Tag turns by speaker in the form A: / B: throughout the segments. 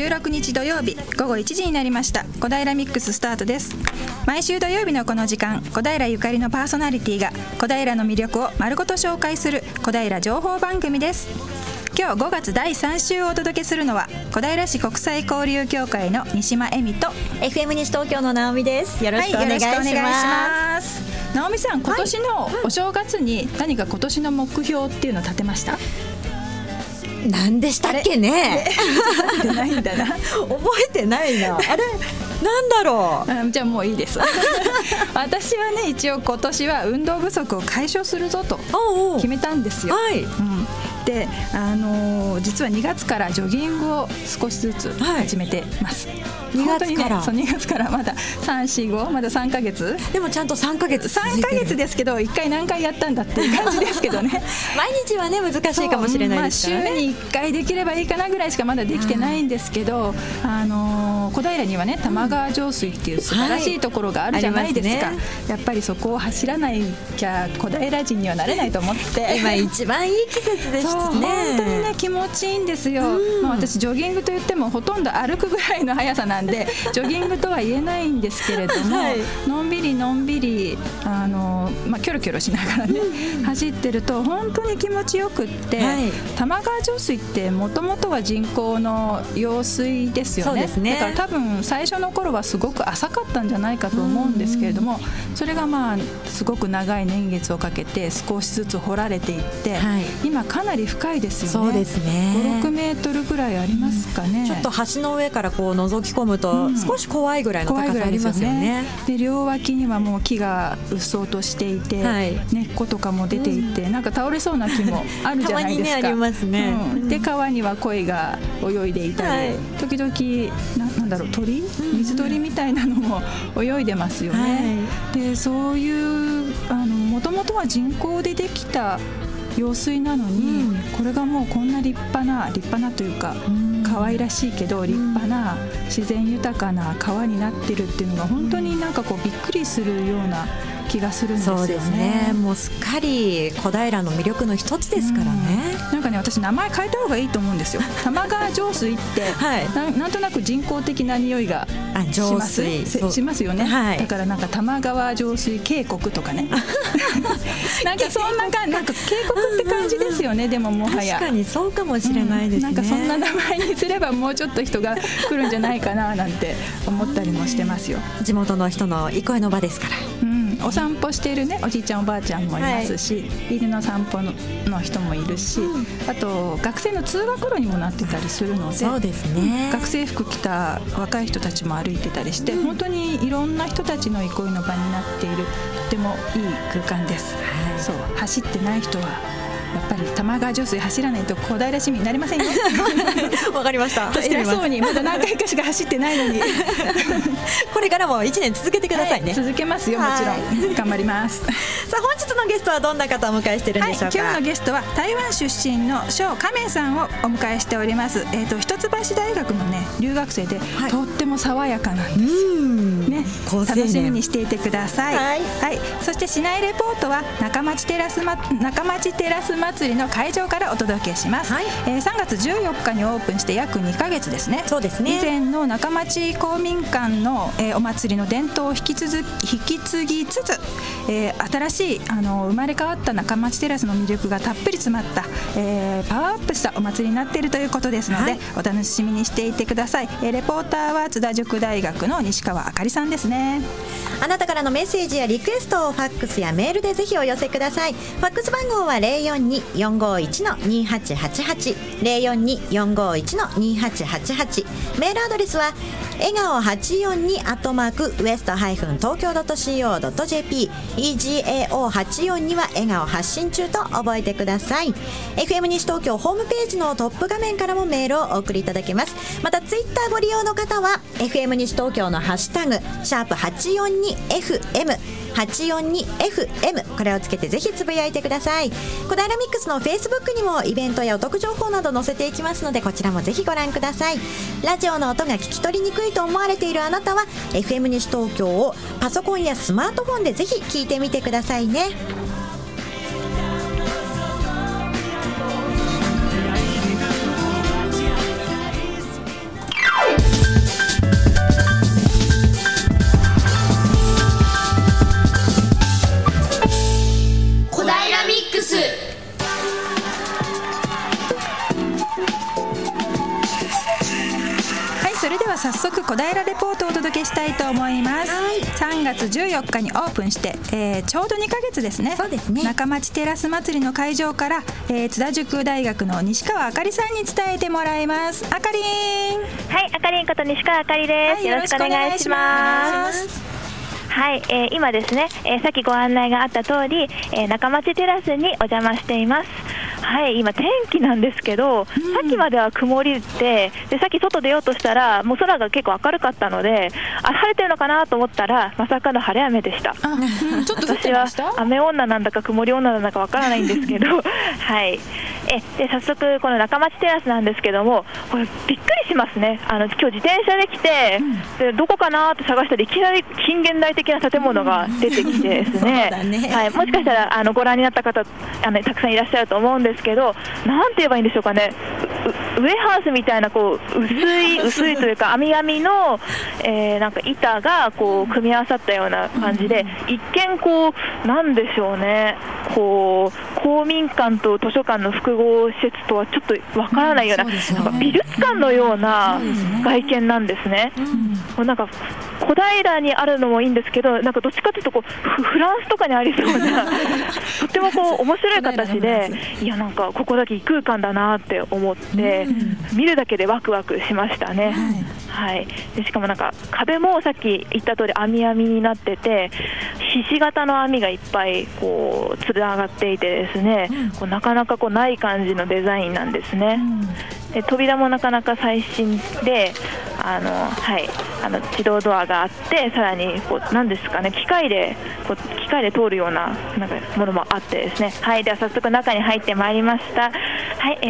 A: 16日土曜日午後1時になりました。小平ミックススタートです。毎週土曜日のこの時間、小平ゆかりのパーソナリティが小平の魅力を丸ごと紹介する小平情報番組です。今日5月第3週をお届けするのは小平市国際交流協会の西間恵美と
B: FM 西東京の直美です。よろしくお願いします。
A: 直美さん、今年のお正月に何か今年の目標っていうのを立てました？
B: 何でしたっけね。
A: 覚えてないんだな。
B: 覚えてないな。あれなんだろ
A: う。じゃあもういいです。私はね、一応今年は運動不足を解消するぞと決めたんですよ。
B: はい。
A: で、実は2月からジョギングを少しずつ始めてます。
B: 2月から、
A: そう、2月からまだ3、4、5まだ3ヶ月。
B: でもちゃんと3ヶ月
A: 3ヶ月ですけど、1回何回やったんだっていう感じですけどね。
B: 毎日はね難しいかもしれないですからね。
A: 週に1回できればいいかなぐらいしかまだできてないんですけど、小平にはね玉川上水っていう素晴らしいところがあるじゃないですか。やっぱりそこを走らないきゃ小平人にはなれないと思って
B: 今一番いい季節でしたね。
A: 本当にね気持ちいいんですよ。私ジョギングといってもほとんど歩くぐらいの速さなんでジョギングとは言えないんですけれども、のんびりのんびりキョロキョロしながらね、走ってると本当に気持ちよくって、玉川上水ってもともとは人工の用水ですよね。
B: そうですね。
A: だから多分最初の頃はすごく浅かったんじゃないかと思うんですけれども、それがすごく長い年月をかけて少しずつ掘られていって、今かなり深いですよね。
B: そうですね。
A: 5、6メートルぐらいありますかね。
B: ちょっと橋の上からこう覗き込むと少し怖いぐらいの高さありますよね。
A: で両脇にはもう木がうっそうとしていて、根っことかも出ていて、なんか倒れそうな木もあるじゃないですか。
B: たまにねありますね。
A: で川には鯉が泳いでいたり、時々なんだろう鳥、水鳥みたいなのも泳いでますよね。でそういうもともとは人工でできた用水なのに、これがもうこんな立派なというか、可愛らしいけど立派な自然豊かな川になってるっていうのが本当になんかこうびっくりするような気がするんですよね。
B: そうですね。もうすっかり小平の魅力の一つですからね。
A: なんかね、私名前変えた方がいいと思うんですよ。玉川上水って、なんとなく人工的な匂いがしますよね。だからなんか玉川上水渓谷とかね。なんかそんな感じ、なんか渓谷って感じですよね。でももはや
B: 確かにそうかもしれないですね。
A: なんかそんな名前にすればもうちょっと人が来るんじゃないかななんて思ったりもしてますよ。
B: 地元の人の憩いの場ですから。
A: お散歩しているね、おじいちゃんおばあちゃんもいますし、犬の散歩の人もいるし、あと学生の通学路にもなってたりするので、
B: そうですね。
A: 学生服着た若い人たちも歩いてたりして、本当にいろんな人たちの憩いの場になっているとてもいい空間です。そう、走ってない人はやっぱり玉川上水走らないと小平市民になりませんよ。
B: わかりました。
A: 偉そうにまだ何回かしか走ってないのに
B: これからも1年続けてくださいね。
A: 続けますよ、もちろん頑張ります。
B: さあ本日のゲストはどんな方をお迎えしているんでしょうか。
A: 今日のゲストは台湾出身の肖家明さんをお迎えしております。一橋大学のね留学生で、とっても爽やかなんですね。楽しみにしていてください。そして市内レポートは中町テラス祭りの会場からお届けします。3月14日にオープンして約2ヶ月ですね。
B: そうですね。
A: 以前の中町公民館の、お祭りの伝統を引き継ぎつつ、新しい生まれ変わった中町テラスの魅力がたっぷり詰まった、パワーアップしたお祭りになっているということですので、お楽しみにしていてください。レポーターは津田塾大学の西川あかりさんですね。
B: あなたからのメッセージやリクエストをファックスやメールでぜひお寄せください。ファックス番号は 042-451-2888 042-451-2888。 メールアドレスは笑顔842@west-東京.co.jp egao842 は笑顔発信中と覚えてください。 FM 西東京ホームページのトップ画面からもメールをお送りいただけます。またツイッターご利用の方は FM 西東京のハッシュタグ#842FM842FM これをつけてぜひつぶやいてください。小平ミックスの Facebook にもイベントやお得情報など載せていきますので、こちらもぜひご覧ください。ラジオの音が聞き取りにくいと思われているあなたは FM 西東京をパソコンやスマートフォンでぜひ聞いてみてくださいね。
A: 早速小平レポートをお届けしたいと思います。3月14日にオープンして、ちょうど2ヶ月ですね。
B: そうですね。
A: 中町テラス祭りの会場から、津田塾大学の西川あかりさんに伝えてもらいます。あかりん。
C: はい、あかりんこと西川あかりです、よろしくお願いします。はい、今ですね、さっきご案内があった通り、中町テラスにお邪魔しています。はい、今天気なんですけど、さっきまでは曇りで、さっき外出ようとしたらもう空が結構明るかったので、晴れてるのかなと思ったらまさかの晴れ雨でした。
A: ちょっと降ってました。
C: 私は雨女なんだか曇り女なんだかわからないんですけどはい、で早速この中町テラスなんですけども、これびっくりしますね。今日自転車で来て、でどこかなって探したらいきなり近現代的な建物が出てきてですね、はい、もしかしたらご覧になった方たくさんいらっしゃると思うんですけど、なんて言えばいいんでしょうかね、ウエハースみたいなこう薄いというか網網の、なんか板がこう組み合わさったような感じで、一見こうなんでしょうね、こう公民館と図書館の複合施設とはちょっとわからないような、なんか美術館のような外見なんですね。なんか小平にあるのもいいんですけど、なんかどっちかというとこうフランスとかにありそうなとってもこう面白い形で、いやなんかここだけ異空間だなって思って、見るだけでワクワクしましたね。はい、でしかもなんか壁もさっき言った通り網網になってて、ひし形の網がいっぱいこうつながっていてですね、こうなかなかこうない感じのデザインなんですね。で扉もなかなか最新で、自動ドアがあって、さらにこうなんですかね、機械で通るようななんかものもあってですね。はい、では早速中に入ってまいりました。はい、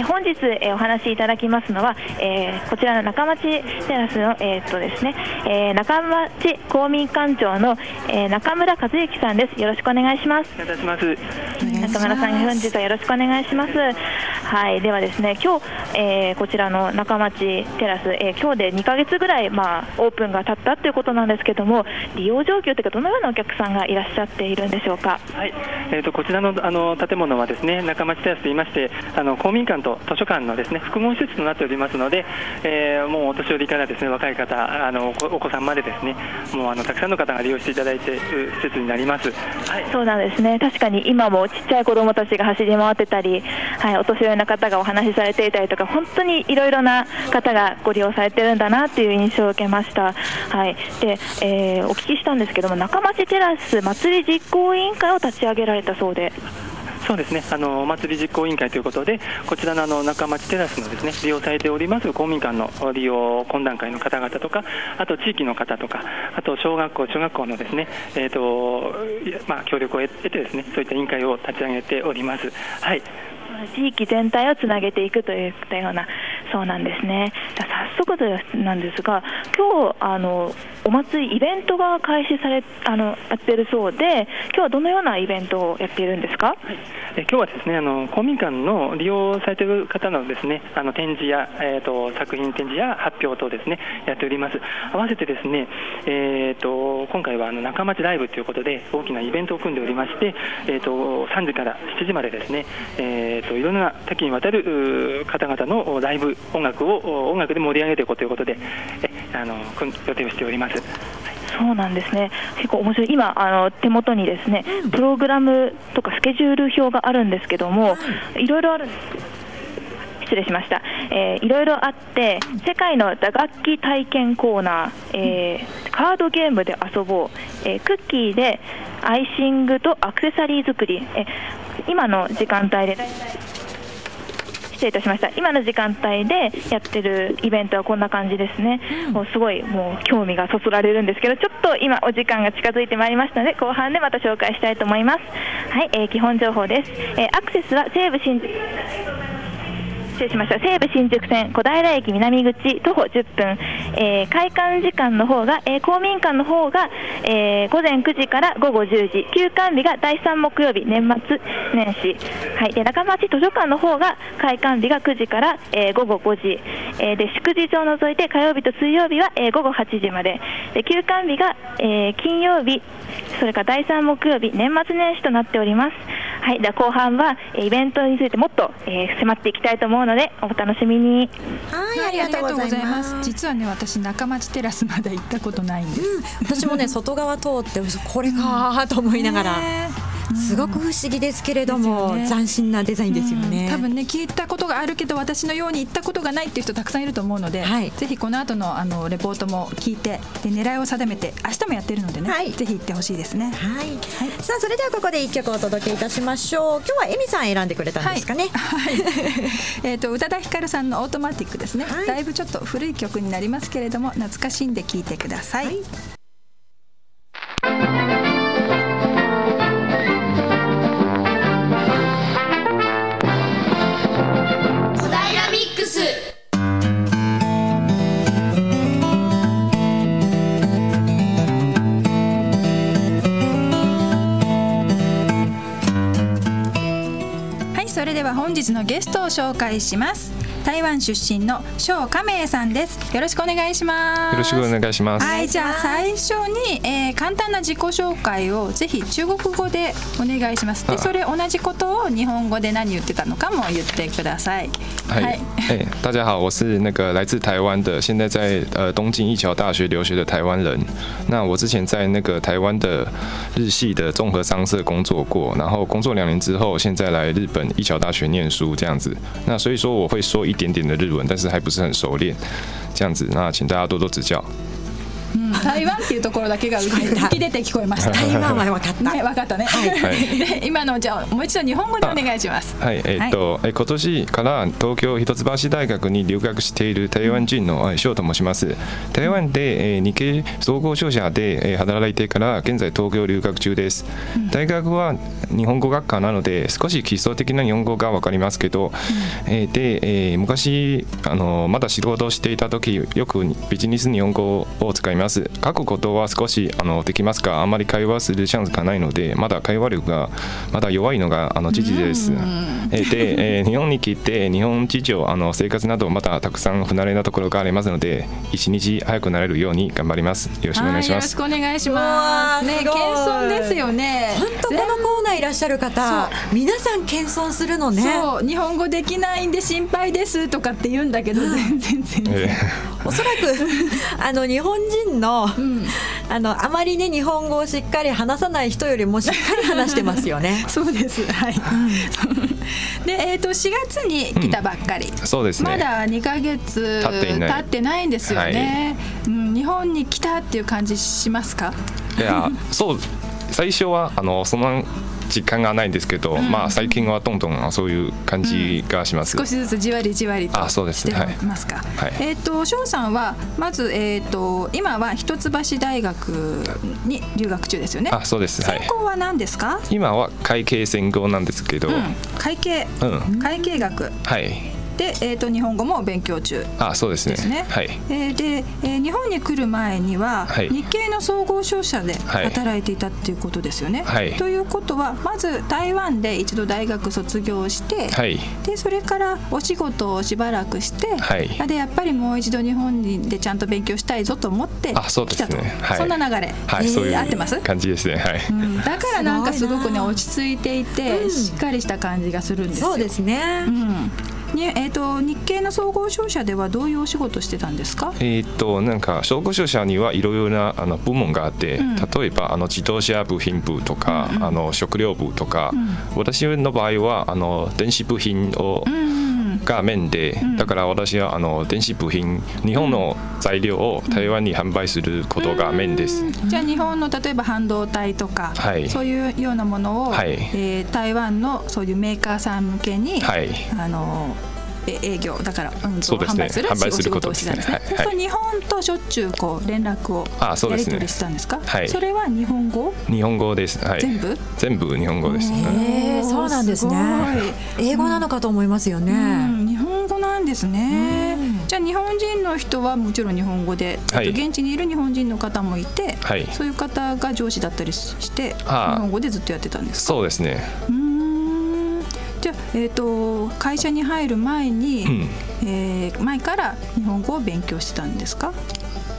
C: 本日、お話しいただきますのは、こちらの中町テラスのですね、中町公民館長の、中村和之さんです。よろしくお願いします。
D: お願いします。
C: 中村さん、本日はよろしくお願いします。はい、ではですね、今日、こちらの中町テラス、今日で2ヶ月ぐらい、オープンが経ったということなんですけども、利用状況というかどのようなお客さんがいらっしゃっているんでしょうか。
D: はい、こちらの建物はですね、中町テラスといいまして、公民館と図書館のですね複合施設となっておりますので、もうお年寄りからですね若い方、お子さんまでですね、もうたくさんの方が利用していただいている施設になります。
C: はい、そうなんですね。確かに今もちっちゃい子どもたちが走り回ってたり、はい、お年寄りの方がお話しされていたりとか、本当にいろいろな方がご利用されてるんだなという印象を受けました。はい、で、お聞きしたんですけども、中町テラス祭り実行委員会を立ち上げられたそうで。
D: そうですね、お祭り実行委員会ということで、こちらの中町テラスのですね利用されております公民館の利用懇談会の方々とか、あと地域の方とか、あと小学校、中学校のですね、協力を得てですね、そういった委員会を立ち上げております。はい、
C: 地域全体をつなげていくといったような、そうなんですね。早速なんですが、今日お祭りイベントが開始されやっているそうで、今日はどのようなイベントをやっているんですか。はい、
D: 今日はですね公民館の利用されている方のですね展示や、作品展示や発表等ですねやっております。合わせてですね、今回は中町ライブということで大きなイベントを組んでおりまして、3時から7時までですね、いろんな多岐にわたる方々のライブ音楽で盛り上げていこうということで予定をしております。
C: そうなんですね。結構面白い。今手元にですねプログラムとかスケジュール表があるんですけども、いろいろあるんです。失礼しました。いろいろあって、世界の打楽器体験コーナー、カードゲームで遊ぼう、クッキーでアイシングとアクセサリー作り、今の時間帯で失礼いたしました。今の時間帯でやってるイベントはこんな感じですね。もうすごいもう興味がそそられるんですけど、ちょっと今お時間が近づいてまいりましたので、後半でまた紹介したいと思います。はい、基本情報です。アクセスは西武新宿線小平駅南口徒歩10分、開館時間の方が、公民館の方が、午前9時から午後10時、休館日が第3木曜日、年末年始、はい、で中町図書館の方が開館日が9時から、午後5時、で祝日を除いて火曜日と水曜日は、午後8時まで、で休館日が、金曜日、それから第3木曜日、年末年始となっております。 はい、では後半はイベントについてもっと迫っていきたいと思うのでお楽しみに。
B: はい、ありがとうございます。
A: 実はね、私中町テラスまだ行ったことないんです、
B: 私もね外側通ってこれかと思いながら、すごく不思議ですけれども、斬新なデザインですよね。
A: 多分ね、聞いたことがあるけど私のように行ったことがないっていう人たくさんいると思うので、ぜひこの後のレポートも聞いて、で狙いを定めて、明日もやってるのでね、ぜひ行ってほしいですね。
B: さあ、それではここで1曲お届けいたしましょう。今日はエミさん選んでくれたんですかね。
A: 宇多田ヒカルさんのオートマティックですね。だいぶちょっと古い曲になりますけれども、懐かしんで聴いてください。それでは本日のゲストを紹介します。台湾出身の蕭家明さんです。よろしくお願いします。
E: よろしくお願いします。
A: はい、じゃあ最初に、簡単な自己紹介をぜひ中国語でお願いします。で、それ同じことを日本語で何言ってたのかも言ってください。
E: はい、大家好，我是那个来自台湾的，现在在东京一桥大学留学的台湾人。那我之前在那个台湾的日系的综合商社工作过，然后工作2年之后，现在来日本一桥大学念书这样子。那所以说我会说一点点的日文，但是还不是很熟练，这样子。那请大家多多指教。
A: 台湾っていうところだけが浮き出て聞こえました。
B: 台湾は分かった。
A: ね、分かったね。で、今のじゃあもう一度日本語でお願いします。
E: はい、今年から東京一橋大学に留学している台湾人の翔と申します。台湾で日系総合商社で働いてから現在東京留学中です。大学は日本語学科なので少し基礎的な日本語が分かりますけど、で、昔まだ仕事をしていた時よくビジネス日本語を使います。書くことは少しできますが、あまり会話するチャンスがないので、まだ会話力がまだ弱いのが事実です。で、日本に来て日本事情、生活などまだたくさん不慣れなところがありますので、一日早くなれるように頑張ります。よろしくお願いします。
A: よろしくお願いします。ね、謙遜ですよね。
B: 本当このコーナーいらっしゃる方、皆さん謙遜するのね。
A: そう、日本語できないんで心配ですとかって言うんだけど、全然。
B: おそらく日本人のあまりね日本語をしっかり話さない人よりもしっかり話してますよね。
A: そうです。はい。で、4月に来たばっかり。
E: そうですね。
A: まだ2ヶ月経ってないんですよね。日本に来たっていう感じしますか？
E: いや、そう、最初はその実感がないんですけど、まあ最近はどんどんそういう感じがします。
A: 少しずつじわりじわりとしてますか。翔さんはまず今は一橋大学に留学中ですよね。
E: そうです。
A: 専攻は何ですか？
E: 今は会計専攻なんですけど、
A: 会計学。はい。で、日本語も勉強中ですね。
E: そうですね。はい。
A: で、日本に来る前には日系の総合商社で働いていたっていうことですよね。はい。ということはまず台湾で一度大学卒業して、はい、でそれからお仕事をしばらくして、はい、でやっぱりもう一度日本でちゃんと勉強したいぞと思って来たと。そんな流れ。はい。そういう合ってます？
E: 感じですね。はい。
A: だからなんかすごくね落ち着いていてしっかりした感じがするんですよ。
B: そうですね。
A: 日系の総合商社ではどういうお仕事してたんですか？
E: なんか総合商社にはいろいろな部門があって、例えば自動車部品部とか、食料部とか、私の場合は電子部品をがメインで、だから私は電子部品、日本の材料を台湾に販売することがメインです。
A: じゃあ日本の例えば半導体とか、そういうようなものを、台湾のそういうメーカーさん向けに、営業だから、販売することをしてたんですね。日本としょっちゅう連絡をやり取りしたんですか？それは日本語？
E: 日本語です。全部日本語です。
B: そうなんですね。英語なのかと思いますよね。
A: 日本語なんですね。じゃあ日本人の人はもちろん日本語で、現地にいる日本人の方もいて、そういう方が上司だったりして日本語でずっとやってたんですか？
E: そうですね。
A: じゃあ、会社に入る前に、前から日本語を勉強してたんですか？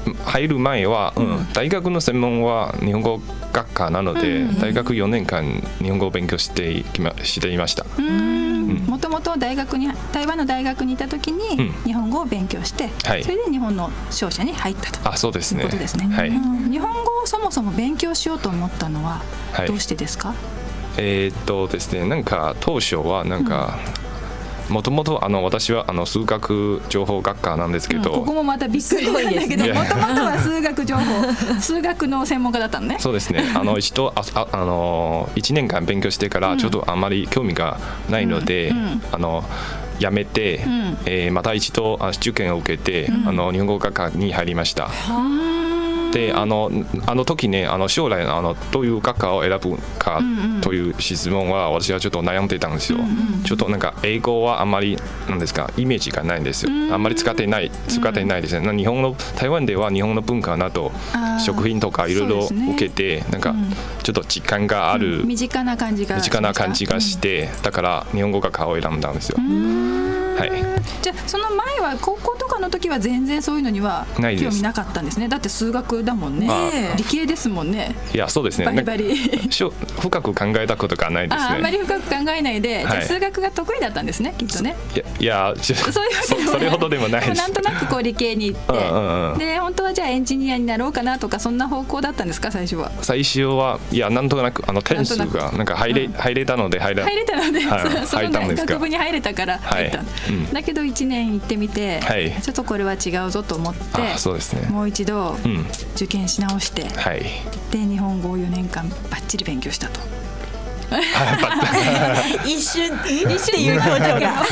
E: 入る前は、大学の専門は日本語学科なので、大学4年間日本語を勉強していました。
A: もともと台湾の大学にいた時に日本語を勉強して、それで日本の商社に入ったと。
E: そうですね。
A: いうことですね。日本語をそもそも勉強しようと思ったのはどうしてですか？
E: ですね、なんか当初はなんか、もともと私は数学情報学科なんですけど、
A: ここもまたびっくりなんだけど、もともとは数学情報数学の専門家だったのね。
E: そうですね。一度1年間勉強してからちょっとあまり興味がないので、やめて、また一度受験を受けて、日本語学科に入りました。で時ね、将来どういう学科を選ぶかという質問は私はちょっと悩んでたんですよ。ちょっとなんか英語はあんまりなんですかイメージがないんですよ。あんまり使ってないですね。台湾では日本の文化など食品とかいろいろ受けて、なんかちょっと実感がある、
A: 身近な感じが
E: して、だから日本語学科を選んだんですよ。
A: じゃあその前は高校とかの時は全然そういうのには興味なかったんですね。だって数学だもんね。理系ですもんね。
E: いや、そうですね。
A: バリバリ
E: 深く考えたことがないですね。
A: あんまり深く考えないで、じゃあ数学が得意だったんですね、きっとね。
E: いやそれほどでもないです。
A: なんとなくこう理系に行って、で本当はじゃあエンジニアになろうかなとか、そんな方向だったんですか、最初は。
E: 最初はいや、なんとなく点数がなんか入れたので入ったんですか。
A: 学部に入れたから入った。だけど1年行ってみて、ちょっとこれは違うぞと思って、
E: そうですね、
A: もう一度受験し直して、で日本語を4年間バッチリ勉強したと。
B: 一瞬っていう表情が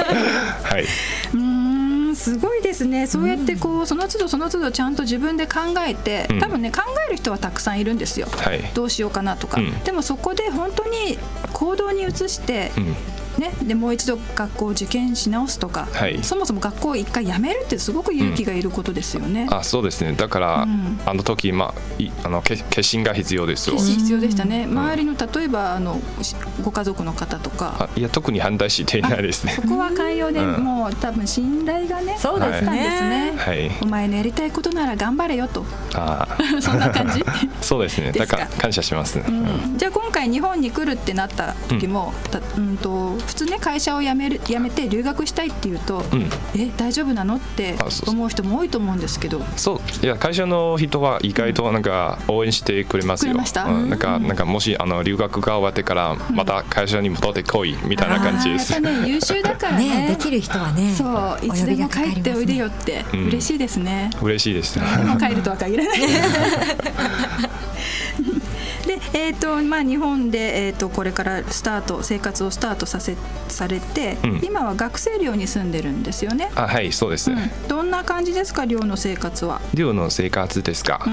A: すごいですね。そうやってこうその都度その都度ちゃんと自分で考えて、多分ね考える人はたくさんいるんですよ。どうしようかなとか。でもそこで本当に行動に移して、でもう一度学校を受験し直すとか、そもそも学校を一回辞めるってすごく勇気がいることですよね。
E: そうですね。だから、時、決心が必要ですよ。
A: 決心必要でしたね。周りの例えばご家族の方とか、
E: いや特に反対していないですね。
A: そこは寛容で、もう多分信頼がね、
B: そうですね。
A: お前のやりたいことなら頑張れよと。そんな感じ。
E: そうですね。だから感謝しますね。
A: じゃあ今回日本に来るってなった時も、普通ね会社を辞めて留学したいっていうと、大丈夫なのって思う人も多いと思うんですけど。
E: いや会社の人は意外となんか応援してくれますよ。なんかもし留学が終わってからまた会社に戻ってこいみたいな感じです。
A: やっぱね優秀だからね。
B: できる人はね。
A: そういつでも帰っておいでよって嬉しいですね。
E: 嬉しいですね。
A: でも帰るとは限らない。で日本で、これから生活をスタートされて、今は学生寮に住んでるんですよね。
E: はい、そうですね。
A: どんな感じですか、寮の生活は。
E: 寮の生活ですか。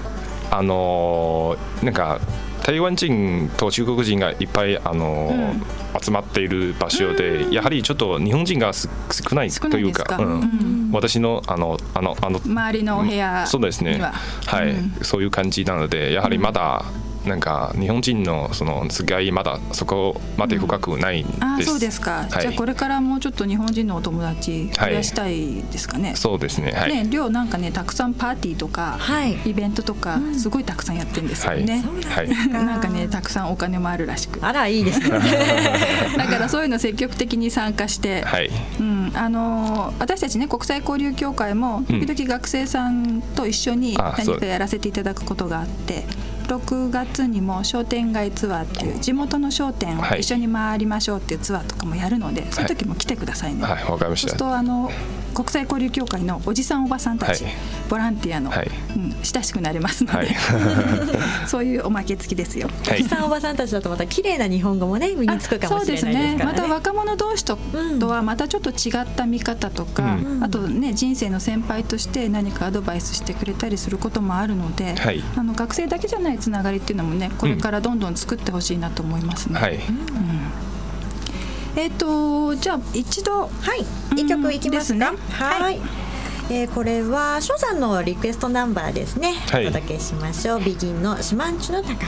E: なんか台湾人と中国人がいっぱい集まっている場所で、やはりちょっと日本人が少ないというか、私の
A: 周りのお部屋には、
E: そうですね、そういう感じなので、やはりまだなんか日本人のその使いまだそこまで深くないんです。
A: そうですか。じゃあこれからもうちょっと日本人のお友達増やしたいですかね。
E: そうですね。
A: 寮なんかねたくさんパーティーとかイベントとかすごいたくさんやってるんですよね。なんかねたくさんお金もあるらしく。
B: あらいいですね。
A: だからそういうの積極的に参加して、私たちね国際交流協会も時々学生さんと一緒に何かやらせていただくことがあって。6月にも商店街ツアーっていう地元の商店を一緒に回りましょうっていうツアーとかもやるので、そういう時も来てくださいね。
E: わかりました。
A: そうすると国際交流協会のおじさんおばさんたち、ボランティアの、親しくなれますので、そういうおまけ付きですよ。
B: おじさんおばさんたちだとまた綺麗な日本語もね身につくかもしれないですからね。
A: そうですね。また若者同士とはまたちょっと違った見方とか、あとね人生の先輩として何かアドバイスしてくれたりすることもあるので、学生だけじゃないつながりっていうのもねこれからどんどん作ってほしいなと思いますね。じゃあ一度
B: 一曲いきますか。これは翔さんのリクエストナンバーですね。お届けしましょう。ビギンのシマンチュの宝。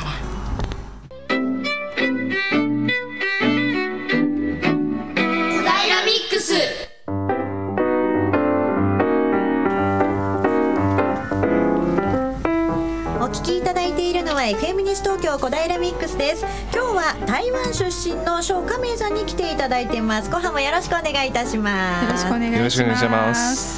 B: CBS 東京小平ミックスです。今日は台湾出身の蕭家明さんに来ていただいています。後半もよろしくお願いいたします。
A: よろしくお願いします。
E: よろしくお願いします。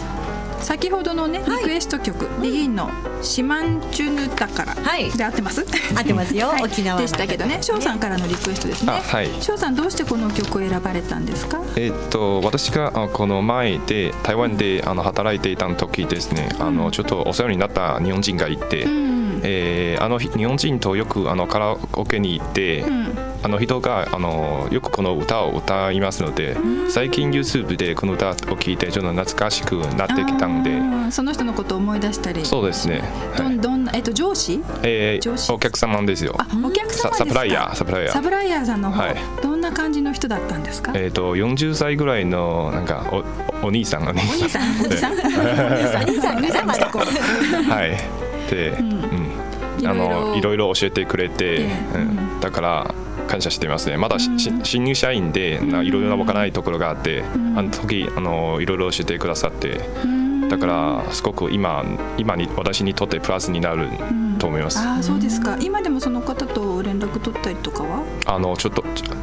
A: 先ほどのね、リクエスト曲、ビギンのシマンチュヌタカラで合ってます？
B: 合ってますよ、沖縄
A: でしたけどね。蕭さんからのリクエストですね。蕭さんどうしてこの曲を選ばれたんですか？
E: 私がこの前で台湾で働いていた時ですね、ちょっとお世話になった日本人がいて、日本人とよくカラオケに行って、人がよくこの歌を歌いますので、最近 YouTube でこの歌を聴いてちょっと懐かしくなってきたんで、
A: その人のことを思い出したり。
E: そうですね。
A: どんな上司？
E: お客様ですよ。
A: お客様ですか？
E: サプライヤーさんの方、
A: どんな感じの人だったんですか
E: ？40歳ぐらいのなんかお兄さんはいで、いろいろ教えてくれて、だから感謝していますね。まだ新入社員でいろいろなわからないところがあって、時いろいろ教えてくださって、だからすごく今に私にとってプラスになると思います。
A: そうですか。今でもその方と連絡取ったりとかは？ちょ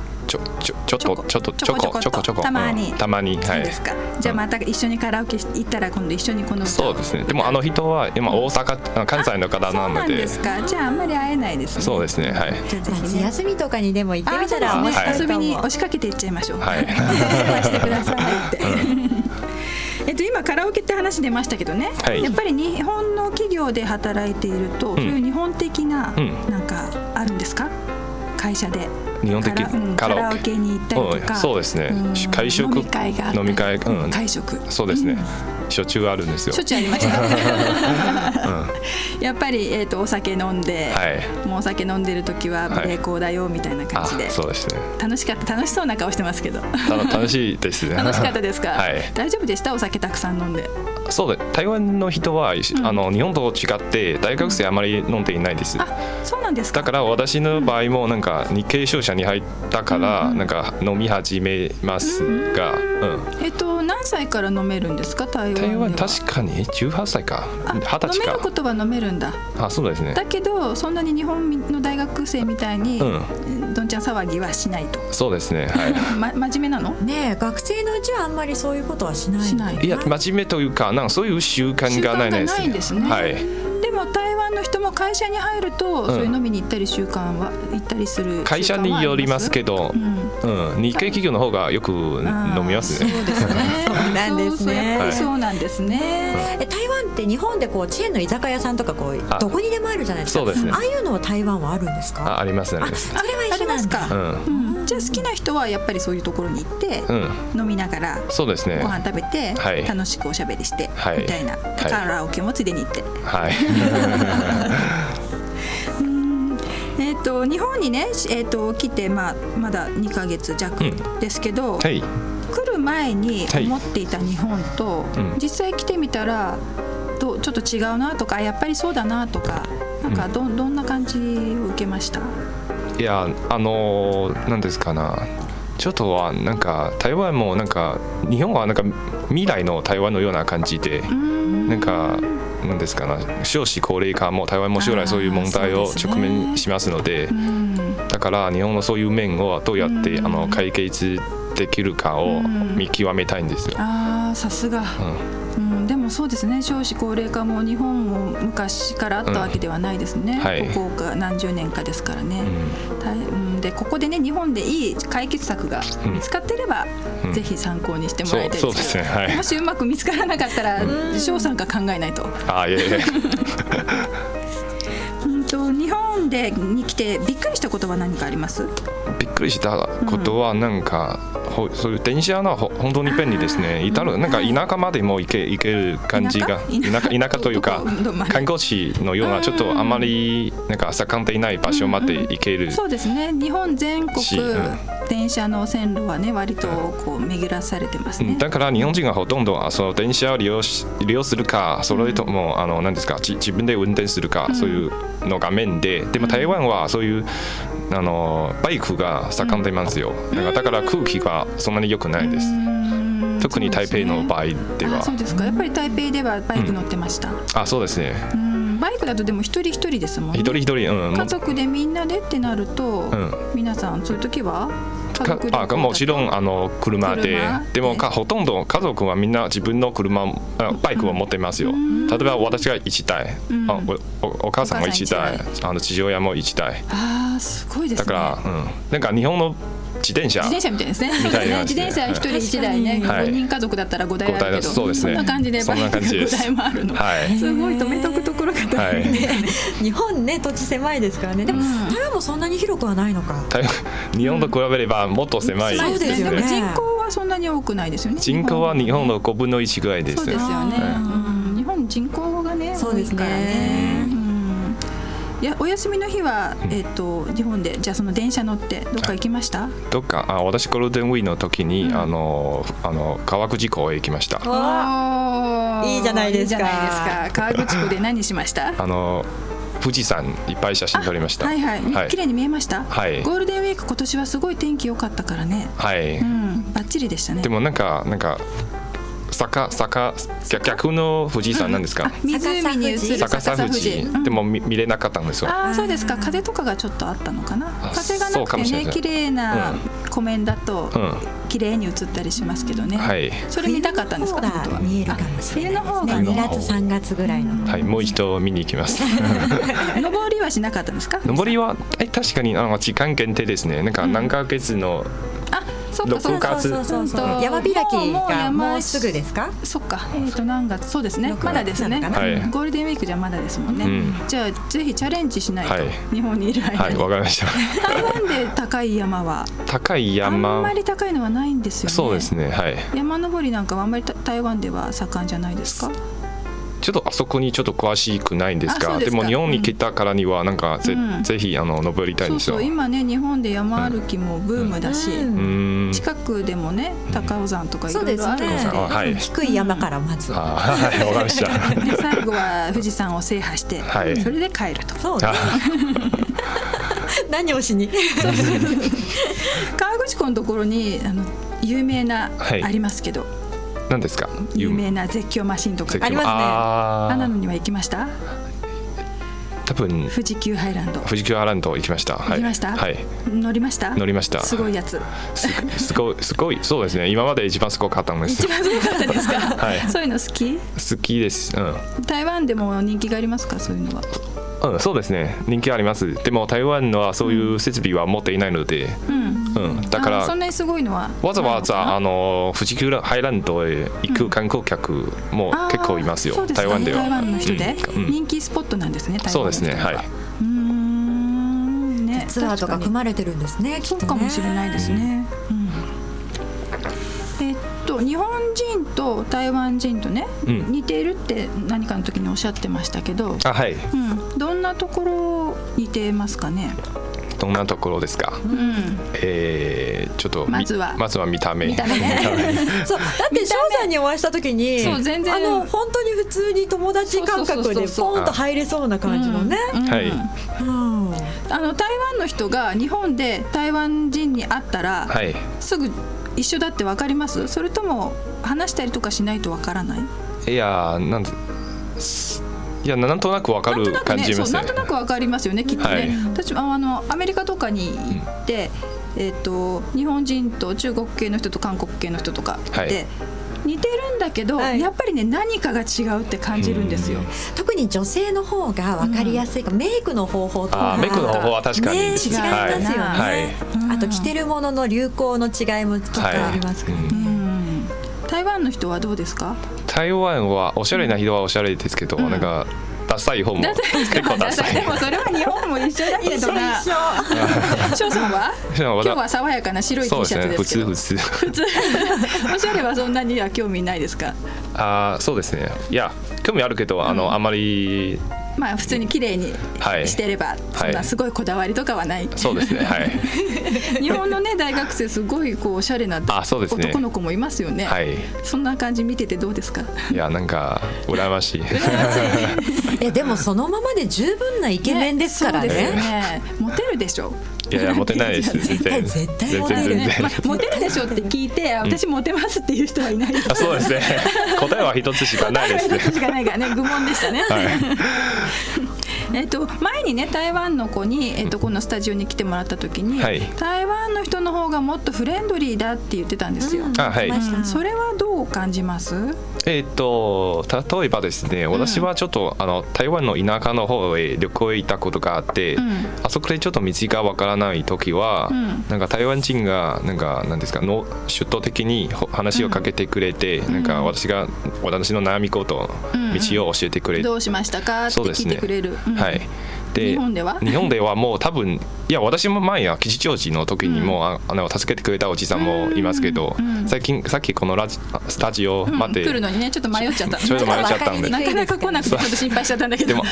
A: こちょこたまに。
E: そう
A: ですか。じゃあまた一緒にカラオケ行ったら今度一緒にこの歌を。
E: そうですね。でも人は今大阪関西の方なので。そうなん
A: ですか。じゃああんまり会えないですね。
E: そうですね。はい。
B: 夏休みとかにでも行ってみたら面白いかも。
A: 遊びに押しかけていっちゃいましょう。
E: はい。
A: してくださいって。今カラオケって話出ましたけどね、やっぱり日本の企業で働いていると、そういう日本的ななんかあるんですか？会社で
E: 日本的
A: カラオケに行ったりとか。
E: そうですね。会食、
A: 飲み会があったり、会食。
E: そうですね。しょっちゅうあるんですよ。
A: しょっちゅうありました。やっぱりお酒飲んで、もうお酒飲んでる時はブレーコーだよみたいな感じで。
E: そうですね。
A: 楽しそうな顔してますけど。
E: 楽しいですね。
A: 楽しかったですか？大丈夫でした？お酒たくさん飲んで。
E: そうで、台湾の人は日本と違って大学生あまり飲んでいないです。
A: そうなんですか。
E: だから私の場合もなんか日系商社に入ったからなんか飲み始めますが、
A: 何歳から飲めるんですか？台湾
E: 確かに18歳か20歳か。飲め
A: ることは飲めるんだ。
E: そうですね。
A: だけどそんなに日本の大学生みたいにどんちゃん騒ぎはしないと。
E: そうですね。はい。
A: 真面目なの？
B: ねえ、学生のうちはあんまりそういうことはしない。
E: いや、真面目というかなんかそういう習慣がないですね。
A: ないですね。はい。でも台湾の人も会社に入るとそういう飲みに行ったり習慣は行ったりする。
E: 会社によりますけど、日系企業の方がよく飲みますね。
A: そうですね。
B: そうなんですね。
A: そうなんですね。
B: 台湾って日本でチェーンの居酒屋さんとかどこにでもあるじゃないですか。
E: そうですね。
B: ああいうのは台湾はあるんですか？
E: ありますね。
B: それは一緒なんだ。
A: じゃあ好きな人はやっぱりそういうところに行って飲みながらご飯食べて楽しくおしゃべりしてみたいな。カラオケもついでに行って。
E: はい。
A: 日本にね来てまだ2ヶ月弱ですけど、来る前に思っていた日本と実際来てみたらちょっと違うなとか、やっぱりそうだなとか、なんかどんな感じを受けました？
E: いや、なんですかな、ちょっとはなんか台湾もなんか日本はなんか未来の台湾のような感じで、なんかなんですかな、少子高齢化も台湾も将来そういう問題を直面しますので、だから日本のそういう面をどうやって解決できるかを見極めたいんですよ。
A: さすが。でもそうですね、少子高齢化も日本も昔からあったわけではないですね。ここ何十年かですからね。でここでね、日本でいい解決策が見つかっていれば、ぜひ参考にしてもらいたいですけど、もしうまく見つからなかったら翔さんが考えないと。日本に来てびっくりしたことは何かあります？
E: びっくりしたことはなんか、そういう電車の本当に便利ですね。なんか田舎までも行ける感じが、田舎というか観光地のようなちょっとあまりなんか盛んでいない場所まで行ける。
A: そうですね。日本全国電車の線路はね、割と巡らされてますね。
E: だから日本人がほとんどその電車を利用するか、それとも何ですか、自分で運転するか、そういうのが面で、でも台湾はそういうバイクが盛んでいますよ。だから空気がそんなに良くないです。特に台北の場合では。
A: そうですか。やっぱり台北ではバイク乗ってました。
E: そうですね。
A: バイクだとでも一人一人ですもんね。
E: 一人一人、
A: 家族でみんなでってなると、皆さんそういう時は
E: もちろん車で、でもほとんど家族はみんな自分のバイクを持ってますよ。例えば私が1台、お母さんも1台、父親も1台。
A: すごいですね。
E: だからなんか日本の自転車
A: みたいですね。自転車1人1台ね、5人家族だったら5台あるけど、そんな感じでバイクが5台もあるの。すごい止めとくところが大変で。
B: 日本ね、土地狭いですからね。でも台湾もそんなに広くはないのか。
E: 日本と比べればもっと狭いですね。
A: でも人口はそんなに多くないですよね。
E: 人口は日本の5分の1ぐらいです。
A: そうですよね。日本人口がね多いからね。お休みの日は、日本でじゃあその電車乗ってどっか行きました？
E: どっか私ゴールデンウィークの時に、川口湖へ行きました。
B: いいじゃないですか。
A: 川口湖で何しました？
E: 富士山いっぱい写真撮りました。
A: 綺麗に見えました。ゴ
E: ー
A: ルデンウィーク今年はすごい天気良かったからね。バッチリでしたね。
E: でもなんか逆の富士山なんですか？
A: 湖に映る
E: 逆さ富士、でも見れなかったんですよ。
A: そうですか。風とかがちょっとあったのかな。風がなくてね、綺麗な湖面だと綺麗に映ったりしますけどね。それ見たかったんですか？
B: 見えるかもしれない。冬の方が2月3月ぐらいの。
E: もう一度見に行きます。
A: 登りはしなかったんですか？
E: 登りは確かに時間限定ですね。なんか何ヶ月の6月、
B: 山開きがもうすぐですか？
A: そっか。何月？そうですね。まだですね。ゴールデンウィークじゃまだですもんね。じゃあぜひチャレンジしないと。日本にいる間に。
E: わかりました。
A: 台湾で高い山はあんまり高いのはないんですよね。
E: そうですね。
A: 山登りなんかはあんまり台湾では盛んじゃないですか？
E: ちょっとあそこにちょっと詳しくないんですが、でも日本に来たからにはなんかぜひ登りたいんですよ。
A: 今ね日本で山歩きもブームだし、近くでもね高尾山とかいろいろあるので、
B: 低い山からまず
A: 最後は富士山を制覇してそれで帰ると。
B: 何をしに
A: 川口湖のところに有名なありますけど、
E: 何ですか？
A: 有名な絶叫マシンとかありますね。あんなのには行きました？
E: 多分
A: 富士急ハイランド
E: 行きました。
A: 行きました？乗りました？すごいやつ。
E: すごいそうですね。今まで一番すごかったんです。
A: 一番すごかったですか？そういうの好き
E: です。
A: 台湾でも人気がありますか？そういうのは。
E: そうですね。人気あります。でも台湾はそういう設備は持っていないので、だから
A: そんなにすごいのは
E: わざわざ富士急ハイランドへ行く観光客も結構いますよ。台湾では。
A: 台湾の人で人気スポットなんですね。
E: そうですね。
B: ツアーとか組まれてるんですね。
A: そうかもしれないですね。日本人と台湾人とね、似ているって何かの時におっしゃってましたけど、どんなところ似てますかね？
E: どんなところですか？ちょっとまずは見た目。
B: そうだって翔さんにお会いした時に本当に普通に友達感覚でポンと入れそうな感じのね。
A: 台湾の人が日本で台湾人に会ったらすぐ一緒だって分かります？それとも話したりとかしないと分からない？
E: なんとなく分かる感じますね。
A: なんとなく分かりますよね、きっとね。私アメリカとかに行って、日本人と中国系の人と韓国系の人とかで似てるんだけど、やっぱりね何かが違うって感じるんですよ。
B: 特に女性の方が分かりやすいか、メイクの方法とか
E: メイクの方法は確かに違い
B: ますよね。あと着てるものの流行の違いもきっとありますからね。
A: 台湾の人はどうですか？
E: 台湾はおしゃれな人はおしゃれですけど、なんかダサい方も結構ダサい。
A: でもそれは日本も一緒だけどな。翔さんは今日は爽やかな白い T シャツですけど、普通おしゃれはそんなには興味ないですか？
E: そうですね。いや興味あるけどあんまり
A: 普通に綺麗にしてれば、そんなすごいこだわりとかはない。
E: そうですね。
A: 日本のね大学生すごいおしゃれな男の子もいますよね。そんな感じ見ててどうですか？
E: いやなんか羨ましい。
B: でもそのままで十分なイケメンですからね。
A: モテるでしょ。
E: いやいやモテないです全然
B: 絶対
E: 全然
A: モテるでしょって聞いて私モテますっていう人はいない
E: あそうですね答えは一つしかないですね
A: 一つしかないからね愚問でしたね、
E: はい
A: 前にね台湾の子に、このスタジオに来てもらった時に、
E: はい、
A: 台湾の人の方がもっとフレンドリーだって言ってたんですよ、
E: はい、
A: それはどう感じます？
E: 例えばですね、私はちょっと台湾の田舎の方へ旅行へ行ったことがあって、あそこでちょっと道がわからない時は、なんか台湾人がなんですか主導的に話をかけてくれて、なんか私の悩み事道を教えてくれて、
A: どうしましたかって聞いてくれる、
E: はい。で日本ではもう多分いや私も前は吉祥寺の時にも、助けてくれたおじさんもいますけど、さっきこのスタジオまで、
A: 来るのにねちょっと迷っちゃった
E: ちょっと迷っちゃったんで
A: なかなか来なくてちょっと心配しちゃったんだけど
E: でも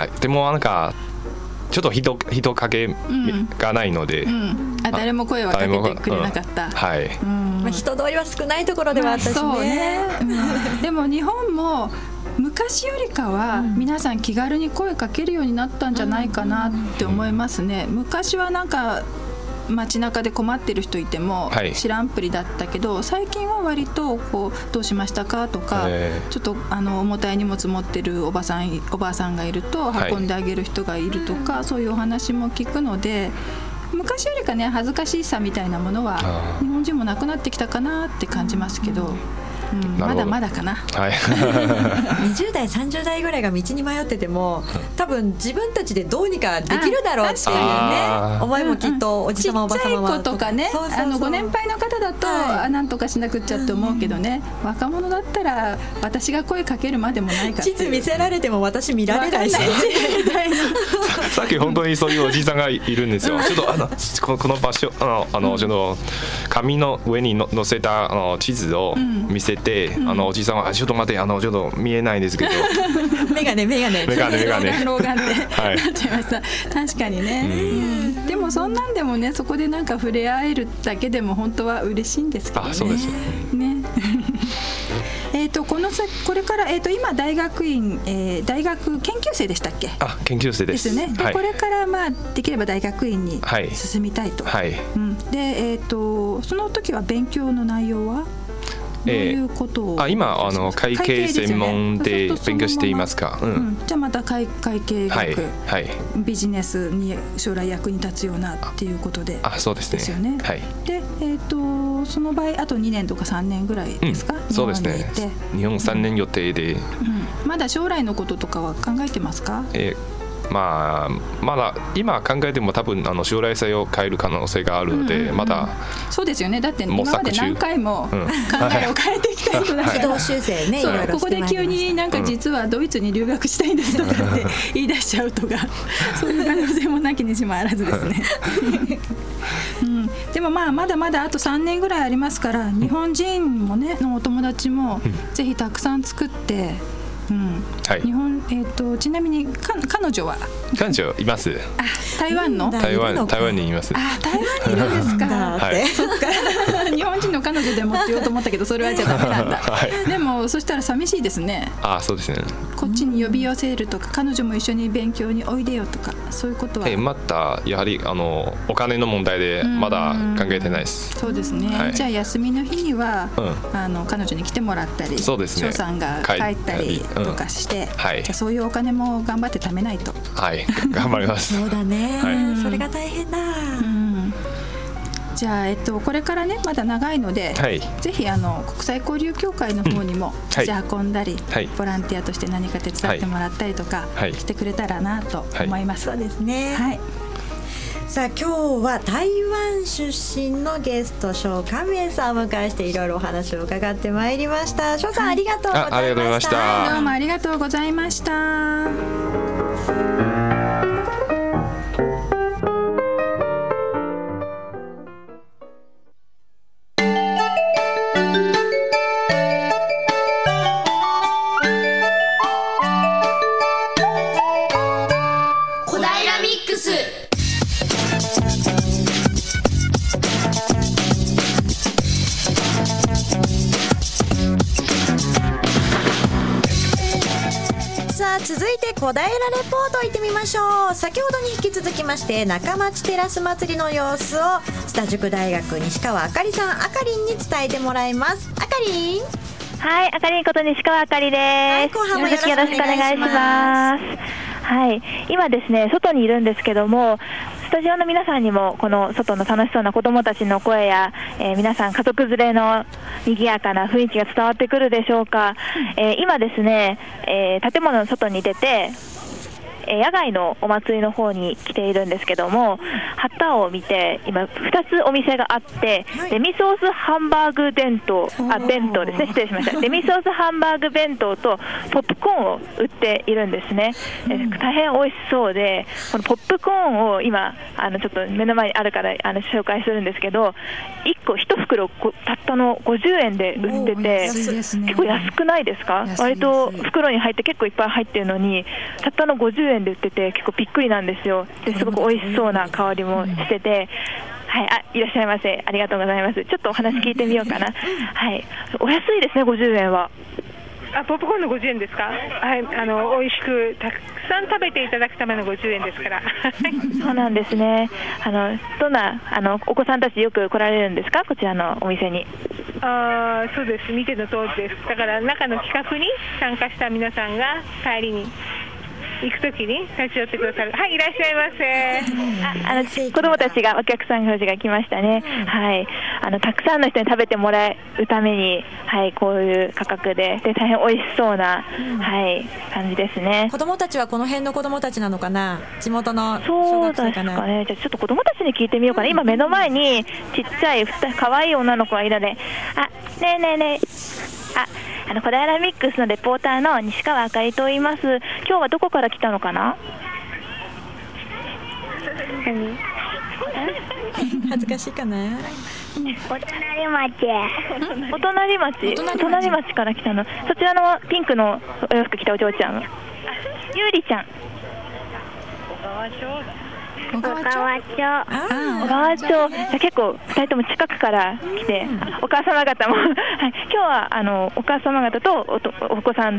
E: ちょっと人影がないので、
A: 誰も声はかけてくれなかった、
E: はい、
B: 人通りは少ないところではあったしね、
A: でも日本も昔よりかは皆さん気軽に声かけるようになったんじゃないかなって思いますね。昔はなんか街中で困ってる人いても知らんぷりだったけど、最近は割とこうどうしましたかとか、ちょっと重たい荷物持ってるおばあさんがいると運んであげる人がいるとか、そういうお話も聞くので、昔よりかね恥ずかしさみたいなものは日本人もなくなってきたかなって感じますけど、まだまだかな、
E: はい、
B: 20代30代ぐらいが道に迷ってても多分自分たちでどうにかできるだろうっていうね思いもきっとおじさまおばさまは
A: ちっちゃい子とかねご年配の方だと、なんとかしなくっちゃって思うけどね、若者だったら私が声かけるまでもないから、
B: 地図見せられても私見られないし
E: さっき本当にそういうおじさんがいるんですよ。ちょっとこの場所ちょっと紙の上に載せた地図を見せて、おじさんはちょっと待ってちょっと見えないんですけど
B: メガネ
A: 老眼ってなっちゃいました。確かにね、でもそんなんでもねそこでなんか触れ合えるだけでも本当は嬉しいんですけどね。
E: そうです
A: ねこれから、今大学院、大学研究生でしたっけ？
E: 研究生です
A: ね。でこれから、できれば大学院に進みたいと、で、その時は勉強の内容はどういうことを、
E: 今会計専門で勉強していますか？
A: じゃあまた会計学、ビジネスに将来役に立つようなっていうことで、
E: そうですね。
A: で、その場合あと2年とか3年ぐらいですか？
E: そうですね。日本3年予定で、
A: まだ将来のこととかは考えてますか？
E: まだ今考えても多分将来性を変える可能性があるので、まだ
A: そうですよね。だって今まで何回も考えを変えてきた人だから、
B: 軌道修正ね、
A: ここで急になんか実はドイツに留学したいんですとかって言い出しちゃうとかそういう可能性もなきにしもあらずですねでもまだまだあと3年ぐらいありますから、日本人もねのお友達もぜひたくさん作って、日本ちなみに彼女
E: います。
A: 台湾の？
E: 台湾にいます。
A: 台湾にいるんですか。そっか。日本人の彼女でもって言おうと思ったけどそれはじゃダメなんだ。でもそしたら寂しいですね。
E: そうですね。
A: こっちに呼び寄せるとか、彼女も一緒に勉強においでよとか、そういうことは。
E: またやはりお金の問題でまだ考えてないです。
A: そうですね。じゃあ休みの日には彼女に来てもらったり、翔さんが帰ったりとかして、じゃあそういうお金も頑張って貯めないと。
E: 頑張ります。
B: そうだね、それが大変だ。
A: じゃあ、これからねまだ長いので、ぜひ国際交流協会の方にも足運んだり、ボランティアとして何か手伝ってもらったりとかしてくれたらなと思います。
B: そうですね。さあ今日は台湾出身のゲスト翔冠明さんをお迎えしていろいろお話を伺ってまいりました。翔さん、ありがとうございました。
A: どうもありがとうございました。
B: 続いて小平レポート行ってみましょう。先ほどに引き続きまして中町テラス祭りの様子を津田塾大学西川あかりさん、あかりんに伝えてもらいます。あかりん。
C: はい、あかりんこと西川あかりです、はい、
B: 後半もよろしくお願いします。
C: はい、今ですね外にいるんですけども、スタジオの皆さんにもこの外の楽しそうな子どもたちの声や、皆さん家族連れの賑やかな雰囲気が伝わってくるでしょうか。今ですね、建物の外に出て野外のお祭りの方に来ているんですけども、旗を見て今2つお店があって、デミソースハンバーグ弁当ですね、失礼しました。デミソースハンバーグ弁当とポップコーンを売っているんですね。大変美味しそうで、このポップコーンを今ちょっと目の前にあるから紹介するんですけど、1袋たったの50円で売ってて、結構安くないですか？割と袋に入って結構いっぱい入ってるのにたったの50円で売ってて結構びっくりなんですよ。ですごく美味しそうな香りもしてて、はい、いらっしゃいませ、ありがとうございます。ちょっとお話聞いてみようかな。はい、お安いですね、50円は。
F: ポップコーンの50円ですか？はい、美味しくたくさん食べていただくための50円ですから
C: そうなんですね。どんなお子さんたちよく来られるんですか、こちらのお店に？
F: そうです、見ての通りです。だから中の企画に参加した皆さんが帰りに行くときに立ち寄ってくださる。はい、いらっしゃいませ。
C: 子どもたちが、お客さんたちが来ましたね。はい、たくさんの人に食べてもらうために、はい、こういう価格で大変美味しそうな、はい、感じですね。
B: 子どもたちはこの辺の子どもたちなのかな、地元の
C: 小学生かな。そうですかね。じゃあちょっと子どもたちに聞いてみようかな。今目の前にちっちゃい可愛い女の子がいるので、ねえねえねえ、小平ミックスのレポーターの西川あかりと言います。今日はどこから来たのかな？
B: 恥ずかしいかな。
C: お隣町から来たの。そちらのピンクのお洋服着たお嬢ちゃん、ゆうりちゃん。小川町。じゃ結構2人とも近くから来て、お母様方も、はい、今日はお母様方とお子さん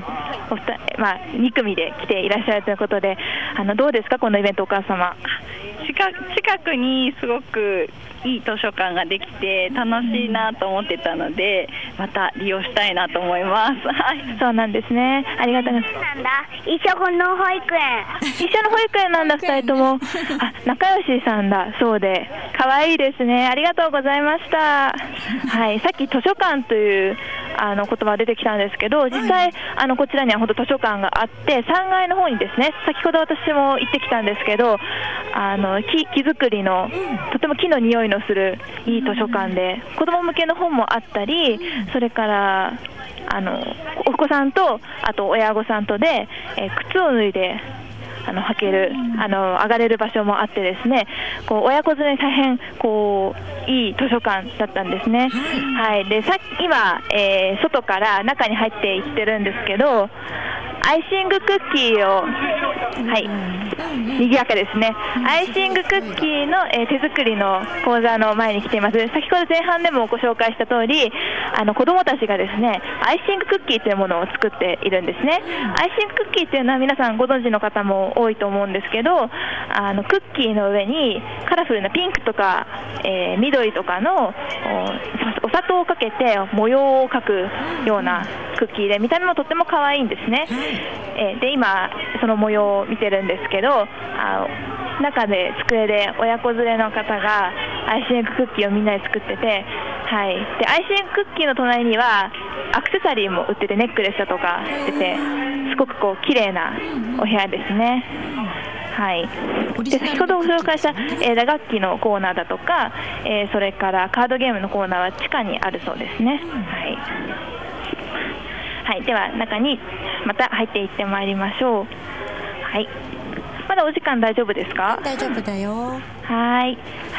C: 2組で来ていらっしゃるということで、どうですかこのイベント、お母様。
G: 近くにすごくいい図書館ができて楽しいなと思ってたので、また利用したいなと思います。はい、
C: そうなんですね。ありがとうございます。
H: 一緒の保育園。
C: 一緒の保育園なんだ、2人とも。仲良しさんだそうで、可愛いですね。ありがとうございました。はい、さっき図書館という言葉が出てきたんですけど、実際こちらには本当図書館があって、3階の方にですね、先ほど私も行ってきたんですけど、木作りのとても木の匂いのするいい図書館で、子ども向けの本もあったり、それからお子さんとあと親御さんとで、靴を脱いで履ける上がれる場所もあってですね、こう親子連れに大変いい図書館だったんですね。はい、で今、外から中に入っていってるんですけど、アイシングクッキーを、はい、賑やかですね。アイシングクッキーの、手作りの講座の前に来ています。先ほど前半でもご紹介した通り、子どもたちがですね、アイシングクッキーというものを作っているんですね。アイシングクッキーというのは皆さんご存知の方も多いと思うんですけど、クッキーの上にカラフルなピンクとか、緑とかのお砂糖をかけて模様を描くようなクッキーで、見た目もとっても可愛いんですね。で今その模様を見てるんですけど、中で机で親子連れの方がアイシングクッキーをみんなで作ってて、はい、でアイシングクッキーの隣にはアクセサリーも売ってて、ネックレスだとか売ってて、すごく綺麗なお部屋ですね。はい、で先ほどご紹介した打楽器のコーナーだとか、それからカードゲームのコーナーは地下にあるそうですね。はいはい、では中にまた入っていってまいりましょう。はい、まだお時間大丈夫ですか？
B: 大丈夫だよ。
C: はい、はい、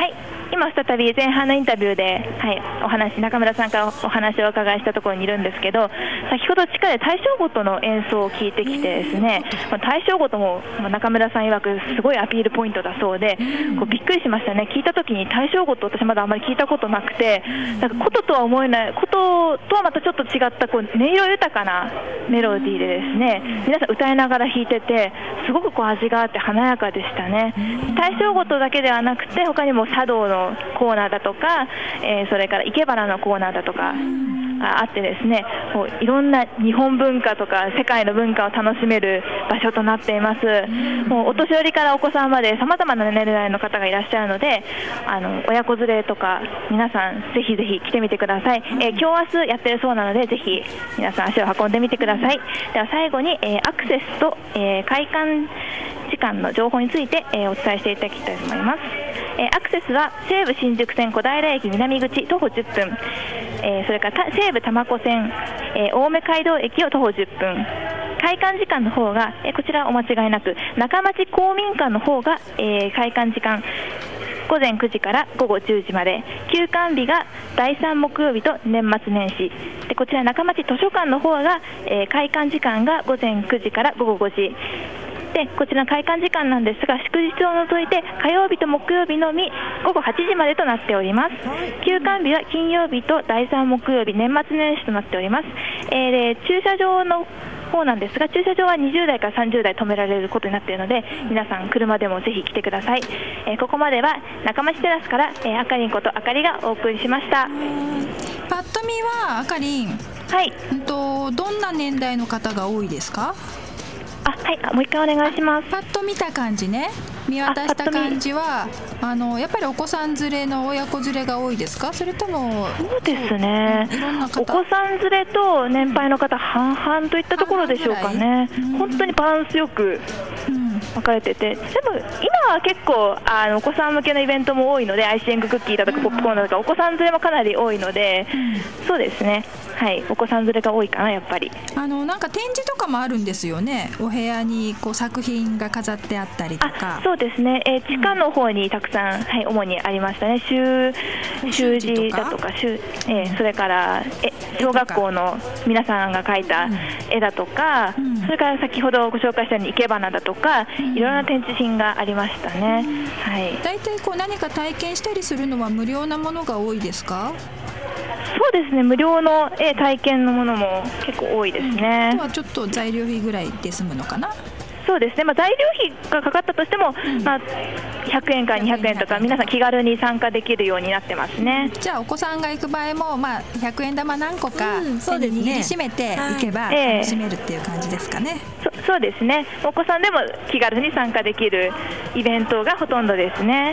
C: 今再び前半のインタビューで、中村さんからお話をお伺いしたところにいるんですけど、先ほど地下で大正琴の演奏を聞いてきてですね、大正琴も中村さん曰くすごいアピールポイントだそうで、びっくりしましたね。聞いた時に大正琴、私まだあんまり聞いたことなくて、なんか琴とは思えない、琴とはまたちょっと違った音色豊かなメロディーでですね、皆さん歌いながら弾いてて、すごく味があって華やかでしたね。大正琴だけではなくて、他にも茶道のコーナーだとか、それから生け花のコーナーだとかあってですね、いろんな日本文化とか世界の文化を楽しめる場所となっています。もうお年寄りからお子さんまでさまざまな年齢の方がいらっしゃるので、親子連れとか皆さんぜひぜひ来てみてください。今日明日やってるそうなので、ぜひ皆さん足を運んでみてください。では最後に、アクセスと、開館時間の情報について、お伝えしていただきたいと思います。アクセスは西武新宿線小平駅南口徒歩10分、それから西武多摩湖線、青梅街道駅を徒歩10分。開館時間の方が、こちらお間違いなく中町公民館の方が、開館時間午前9時から午後10時まで、休館日が第3木曜日と年末年始で、こちら中町図書館の方が、開館時間が午前9時から午後5時で、こちらの開館時間なんですが、祝日を除いて火曜日と木曜日のみ午後8時までとなっております。休館日は金曜日と第3木曜日、年末年始となっております。で、駐車場の方なんですが、駐車場は20台から30台止められることになっているので、皆さん車でもぜひ来てください。ここまでは中町テラスから、あかりんことあかりがお送りしました。
A: パッと見はあかりん、どんな年代の方が多いですか？
C: もう一回お願いします。
A: パッと見た感じね、見渡した感じはやっぱりお子さん連れの親子連れが多いですか？それとも
C: そうですね、
A: いろんな方、
C: お子さん連れと年配の方半々といったところでしょうかね。本当にバランスよく分かれてて、でも今は結構お子さん向けのイベントも多いので、アイシングクッキーだとかポップコーンだとかお子さん連れもかなり多いので、そうですね、お子さん連れが多いかな、やっぱり。
A: なんか展示とかもあるんですよね。お部屋に作品が飾ってあったりとか。
C: そうですね、地下の方にたくさん、主にありましたね。習字だとか、それから小学校の皆さんが描いた絵だとか、それから先ほどご紹介したように生け花だとか、いろんな展示品がありましたね。
A: だいたい何か体験したりするのは無料なものが多いですか？
C: そうですね、無料の体験のものも結構多いですね。
A: あとはちょっと材料費ぐらいで済むのかな。
C: そうですね、材料費がかかったとしても、100円から200円とか皆さん気軽に参加できるようになってますね。
A: じゃあお子さんが行く場合も、100円玉何個か手に握りしめて行けば楽しめるっていう感じですかね。
C: そうですね、お子さんでも気軽に参加できるイベントがほとんどですね。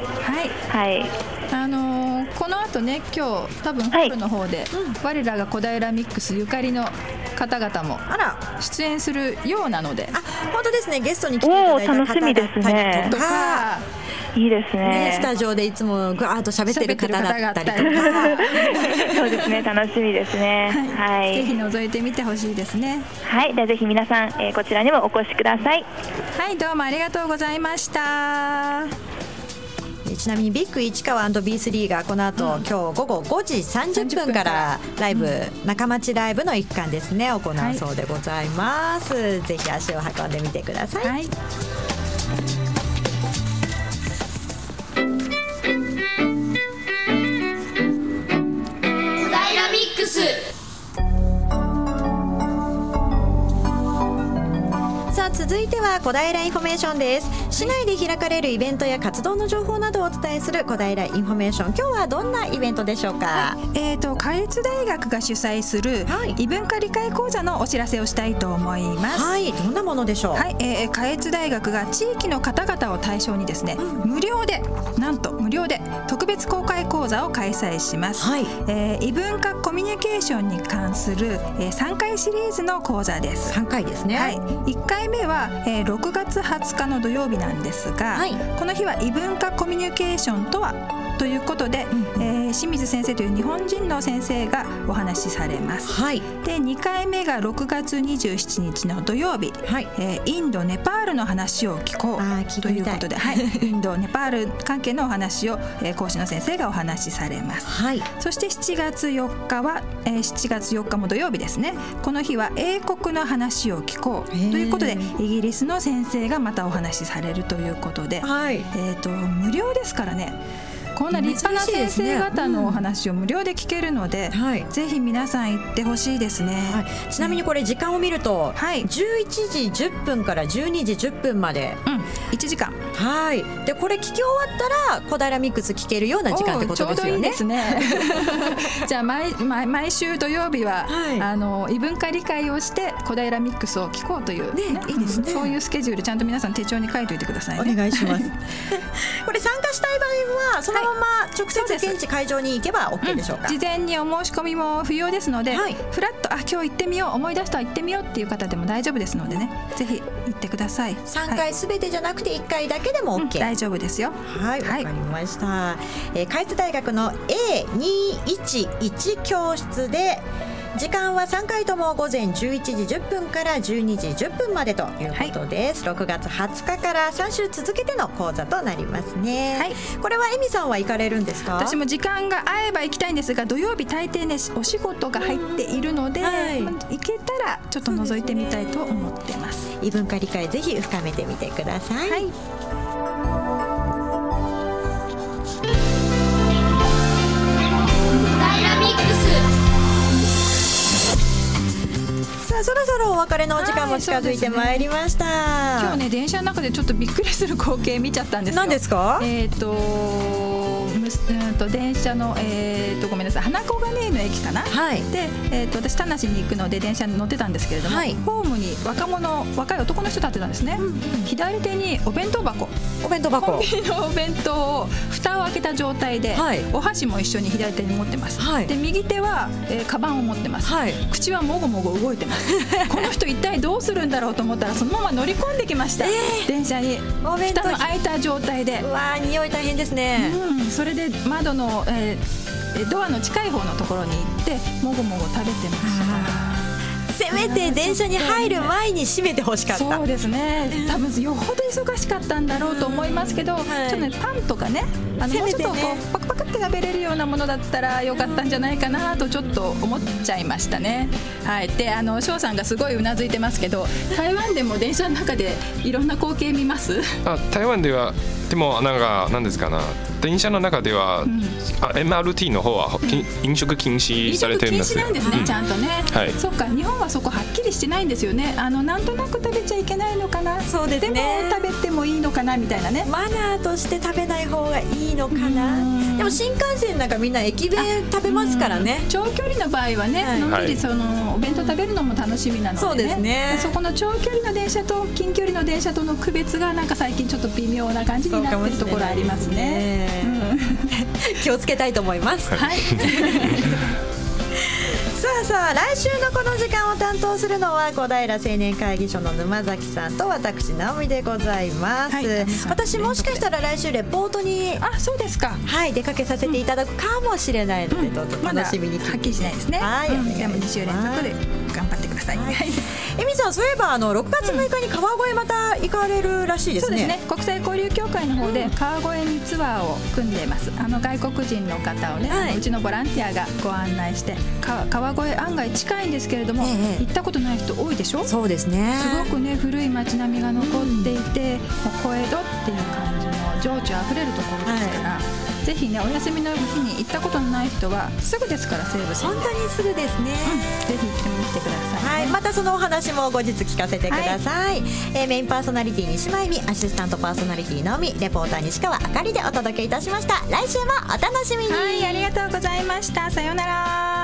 A: この後ね、今日多分ホールの方で、我らが小平ミックスゆかりの方々も出演するようなので、
B: 本当ですね、ゲストに来ていただいた方
C: 楽しみですね。
B: とか
C: いいですね。
B: スタジオでいつもぐわーっと喋ってる方だったりとか
C: そうですね、楽しみですね。
A: ぜひ覗いてみてほしいですね。
C: ではぜひ皆さん、こちらにもお越しください。
A: どうもありがとうございました。
B: ちなみにビッグ市川&ビースリーがこの後、今日午後5時30分からライブ、中町ライブの一環ですね、行うそうでございます。ぜひ足を運んでみてください。続いては小平インフォメーションです。市内で開かれるイベントや活動の情報などをお伝えする小平インフォメーション。今日はどんなイベントでしょうか？
A: 下越大学が主催する異文化理解講座のお知らせをしたいと思います。
B: どんなものでしょう？
A: 下越大学が地域の方々を対象にですね、なんと無料で特別公開講座を開催します。異文化コミュニケーションに関する3回シリーズの講座です。
B: 3回ですね。
A: 1回目は6月20日の土曜日なんですが、この日は異文化コミュニケーションとはということで、清水先生という日本人の先生がお話しされます、はい、で2回目が6月27日の土曜日、はい、インドネパールの話を聞こうということで、はい、インドネパール関係のお話を、講師の先生がお話しされます、はい、そして7月4日は、7月4日も土曜日ですね。この日は英国の話を聞こうということで、イギリスの先生がまたお話しされるということで、はい、無料ですからね。こんな立派な先生方のお話を無料で聞けるので、はい、ぜひ皆さん行ってほしいですね、はい、
B: ちなみにこれ時間を見ると、はい、11時10分から12時10分まで、
A: 1時間、
B: はい、でこれ聞き終わったら小平ミックス聞けるような時間ってことですよね。
A: ちょうどいいですねじゃあ 毎週土曜日は、はい、異文化理解をして小平ミックスを聞こうという、ね、いいですね、そういうスケジュールちゃんと皆さん手帳に書いておいてくださいね。
B: お願いしますこれ参加したい場合はそのまま直接現地会場に行けば OK でしょうか。
A: 事前にお申し込みも不要ですので、はい、フラッと今日行ってみよう、思い出したら行ってみようっていう方でも大丈夫ですのでね、ぜひ行ってください。
B: 3回すべてじゃなくて1回だけでも OK、
A: 大丈夫ですよ。
B: はい、わかりました、開津大学の A211 教室で時間は3回とも午前11時10分から12時10分までということです、はい、6月20日から3週続けての講座となりますね、はい、これはエミさんは行かれるんですか？
A: 私も時間が合えば行きたいんですが、土曜日大抵ねお仕事が入っているので、はい、行けたらちょっと覗いてみたいと思ってます。
B: 異文化理解ぜひ深めてみてください、はい。そろそろお別れのお時間も近づいてまいりました、
A: はい、今日ね電車の中でちょっとびっくりする光景見ちゃったんですよ。
B: 何ですか？
A: 電車の、ごめんなさい、花小金井の駅かな、はい、で、私田無に行くので電車に乗ってたんですけれども、はい、ホームに若い男の人立ってたんですね、左手にお弁当箱、コンビニのお弁当を蓋を開けた状態で、はい、お箸も一緒に左手に持ってます、はい、で右手は、カバンを持ってます、はい、口はもごもご動いてますこの人一体どうするんだろうと思ったらそのまま乗り込んできました、電車に蓋の開いた状態で。
B: うわー、匂い大変ですね、
A: それで窓の、ドアの近い方のところに行ってもごもご食べてました。
B: せめて電車に入る前に閉めてほしかった。
A: そうですね、多分よほど忙しかったんだろうと思いますけど、ちょっとねパンとかね、もうちょっとこうパクパクって食べれるようなものだったらよかったんじゃないかなとちょっと思っちゃいましたね。はい、で翔さんがすごいうなずいてますけど、台湾でも電車の中でいろんな光景見ます？
E: 台湾ではでも何ですかな、電車の中では、MRT の方は、飲食禁止されてるんですよ。
A: 飲食禁止なんですね、ちゃんとね、はい、そっか、日本はそこはっきりしてないんですよね。なんとなく食べちゃいけないのかな、
B: そうですね、
A: でも食べてもいいのかなみたいなね、
B: マナーとして食べない方がいいのかな。でも新幹線なんかみんな駅弁食べますからね。
A: 長距離の場合はね、はい、のんびりお弁当食べるのも楽しみなのでね、
B: そうですね、
A: そこの長距離の電車と近距離の電車との区別がなんか最近ちょっと微妙な感じになってるところありますね。
B: 気をつけたいと思います。
A: はい
B: さあ来週のこの時間を担当するのは小平青年会議所の沼崎さんと私直美でございます、はい、私もしかしたら来週レポートに
A: そうですか、
B: はい、出かけさせていただくかもしれないので、どうぞ楽しみに聞いて、
A: まだはっきりしないですね。
B: はい、
A: でも2週連続で頑張ってください。
B: エミさん、そういえば6月6日に川越また行かれるらしいですね。
A: そうですね、国際交流協会の方で川越にツアーを組んでいます。外国人の方をね、はい、うちのボランティアがご案内して、川越案外近いんですけれども、行ったことない人多いでしょ。
B: そうですね、
A: すごくね古い街並みが残っていて、小江戸っていう感じの情緒あふれるところですから、はい、ぜひねお休みの日に行ったことのない人はすぐですから、西武線
B: 本当にすぐですね、
A: ぜひ行ってみてください、
B: はい、またそのお話も後日聞かせてください、はい、メインパーソナリティ西真由美、アシスタントパーソナリティのみ、レポーター西川あかりでお届けいたしました。来週もお楽しみに。
A: はい、ありがとうございました。さようなら。